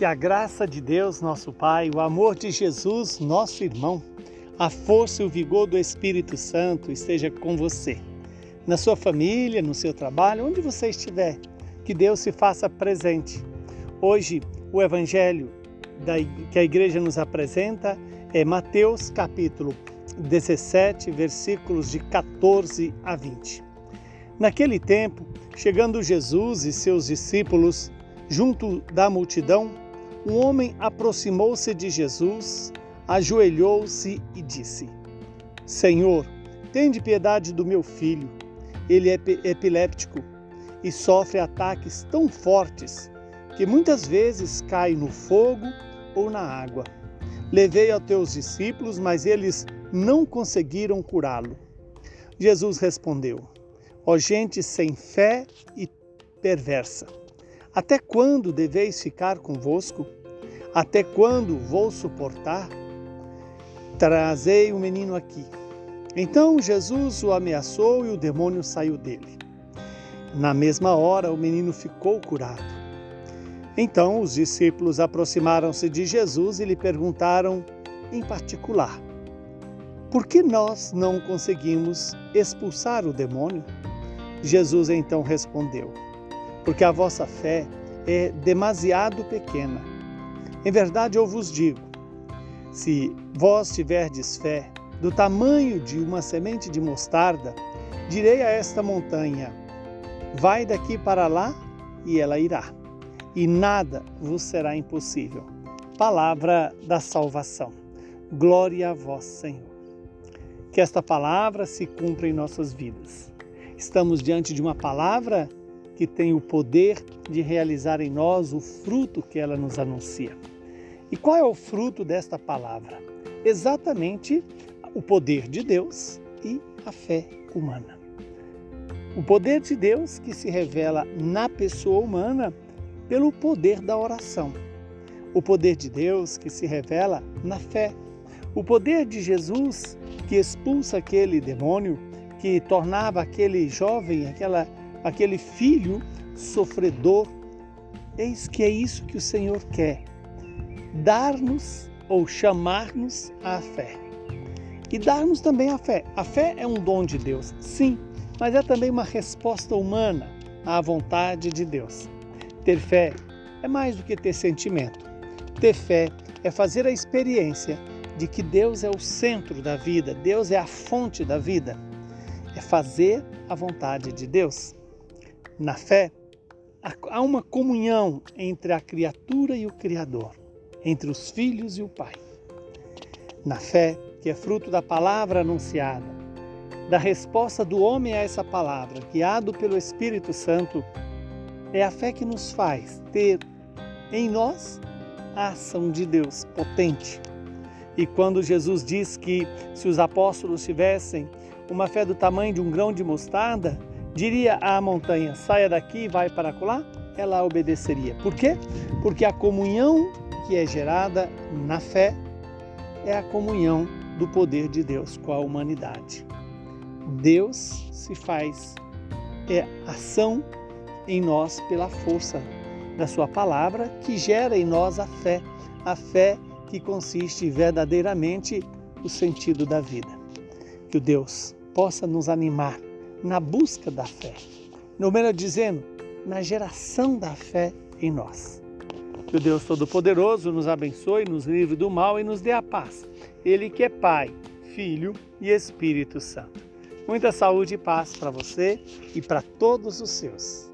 Que a graça de Deus, nosso Pai, o amor de Jesus, nosso irmão, a força e o vigor do Espírito Santo esteja com você, na sua família, no seu trabalho, onde você estiver, que Deus se faça presente. Hoje, o Evangelho que a igreja nos apresenta é Mateus capítulo 17, versículos de 14 a 20. Naquele tempo, chegando Jesus e seus discípulos junto da multidão, um homem aproximou-se de Jesus, ajoelhou-se e disse: Senhor, tende piedade do meu filho. Ele é epiléptico e sofre ataques tão fortes que muitas vezes cai no fogo ou na água. Levei aos teus discípulos, mas eles não conseguiram curá-lo. Jesus respondeu: Ó gente sem fé e perversa, até quando deveis ficar convosco? Até quando vou suportar? Trazei o menino aqui. Então Jesus o ameaçou e o demônio saiu dele. Na mesma hora o menino ficou curado. Então os discípulos aproximaram-se de Jesus e lhe perguntaram em particular: Por que nós não conseguimos expulsar o demônio? Jesus então respondeu: Porque a vossa fé é demasiado pequena. Em verdade eu vos digo, se vós tiverdes fé do tamanho de uma semente de mostarda, direi a esta montanha: vai daqui para lá, e ela irá, e nada vos será impossível. Palavra da salvação. Glória a vós, Senhor. Que esta palavra se cumpra em nossas vidas. Estamos diante de uma palavra que tem o poder de realizar em nós o fruto que ela nos anuncia. E qual é o fruto desta palavra? Exatamente o poder de Deus e a fé humana. O poder de Deus que se revela na pessoa humana pelo poder da oração. O poder de Deus que se revela na fé. O poder de Jesus que expulsa aquele demônio, que tornava aquele jovem, aquele filho sofredor. Eis que é isso que o Senhor quer, dar-nos ou chamar-nos à fé. E dar-nos também a fé. A fé é um dom de Deus, sim, mas é também uma resposta humana à vontade de Deus. Ter fé é mais do que ter sentimento. Ter fé é fazer a experiência de que Deus é o centro da vida, Deus é a fonte da vida. É fazer a vontade de Deus. Na fé, há uma comunhão entre a criatura e o Criador, entre os filhos e o Pai. Na fé, que é fruto da palavra anunciada, da resposta do homem a essa palavra, guiado pelo Espírito Santo, é a fé que nos faz ter em nós a ação de Deus potente. E quando Jesus diz que se os apóstolos tivessem uma fé do tamanho de um grão de mostarda, diria à montanha: saia daqui e vai para acolá, ela obedeceria. Por quê? Porque a comunhão que é gerada na fé é a comunhão do poder de Deus com a humanidade. Deus se faz ação em nós pela força da sua palavra, que gera em nós a fé que consiste verdadeiramente no sentido da vida. Que o Deus possa nos animar na busca da fé, ou melhor dizendo, na geração da fé em nós. Que o Deus Todo-Poderoso nos abençoe, nos livre do mal e nos dê a paz. Ele que é Pai, Filho e Espírito Santo. Muita saúde e paz para você e para todos os seus.